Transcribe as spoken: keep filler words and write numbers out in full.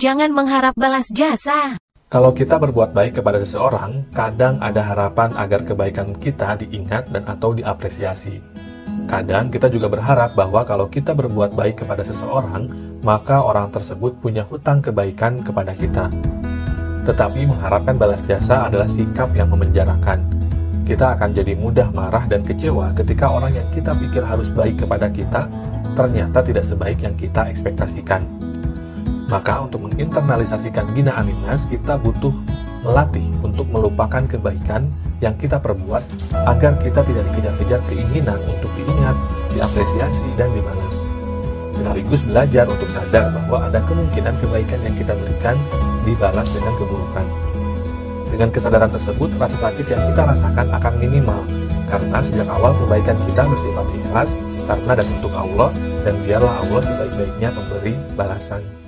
Jangan mengharap balas jasa. Kalau kita berbuat baik kepada seseorang, kadang ada harapan agar kebaikan kita diingat dan atau diapresiasi. Kadang kita juga berharap bahwa kalau kita berbuat baik kepada seseorang, maka orang tersebut punya hutang kebaikan kepada kita. Tetapi mengharapkan balas jasa adalah sikap yang memenjarakan. Kita akan jadi mudah marah dan kecewa ketika orang yang kita pikir harus baik kepada kita, ternyata tidak sebaik yang kita ekspektasikan. Maka untuk menginternalisasikan Gina Aminas, kita butuh melatih untuk melupakan kebaikan yang kita perbuat agar kita tidak dikejar-kejar keinginan untuk diingat, diapresiasi, dan dibalas. Sekaligus belajar untuk sadar bahwa ada kemungkinan kebaikan yang kita berikan dibalas dengan keburukan. Dengan kesadaran tersebut, rasa sakit yang kita rasakan akan minimal, karena sejak awal kebaikan kita bersifat ikhlas, karena dan untuk Allah, dan biarlah Allah sebaik-baiknya memberi balasan.